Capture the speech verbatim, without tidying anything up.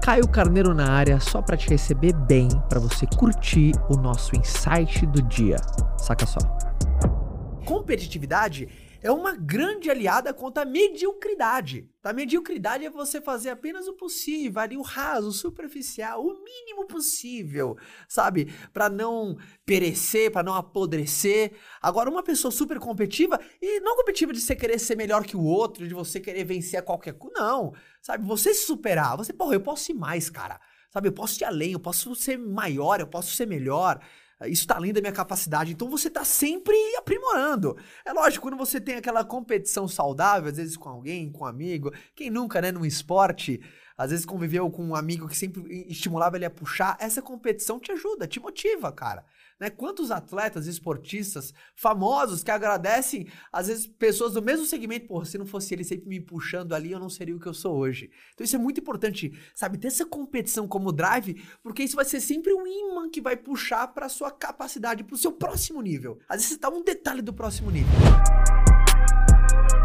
Caio Carneiro na área, só para te receber bem, para você curtir o nosso insight do dia. Saca só. Competitividade é uma grande aliada contra a mediocridade. A mediocridade é você fazer apenas o possível, ali o raso, o superficial, o mínimo possível, sabe? Para não perecer, para não apodrecer. Agora, uma pessoa super competitiva, e não competitiva de você querer ser melhor que o outro, de você querer vencer a qualquer coisa, não. Sabe? Você se superar, você, porra, eu posso ir mais, cara. Sabe? Eu posso ir além, eu posso ser maior, eu posso ser melhor. Isso tá além da minha capacidade, então você tá sempre aprimorando. É lógico, quando você tem aquela competição saudável, às vezes com alguém, com um amigo, quem nunca, né, num esporte, às vezes conviveu com um amigo que sempre estimulava ele a puxar, essa competição te ajuda, te motiva, cara. Né? Quantos atletas, esportistas famosos que agradecem, às vezes, pessoas do mesmo segmento, porra, se não fosse ele sempre me puxando ali, eu não seria o que eu sou hoje. Então isso é muito importante, sabe, ter essa competição como drive, porque isso vai ser sempre um imã que vai puxar para sua capacidade, para o seu próximo nível. Às vezes você tá um detalhe do próximo nível.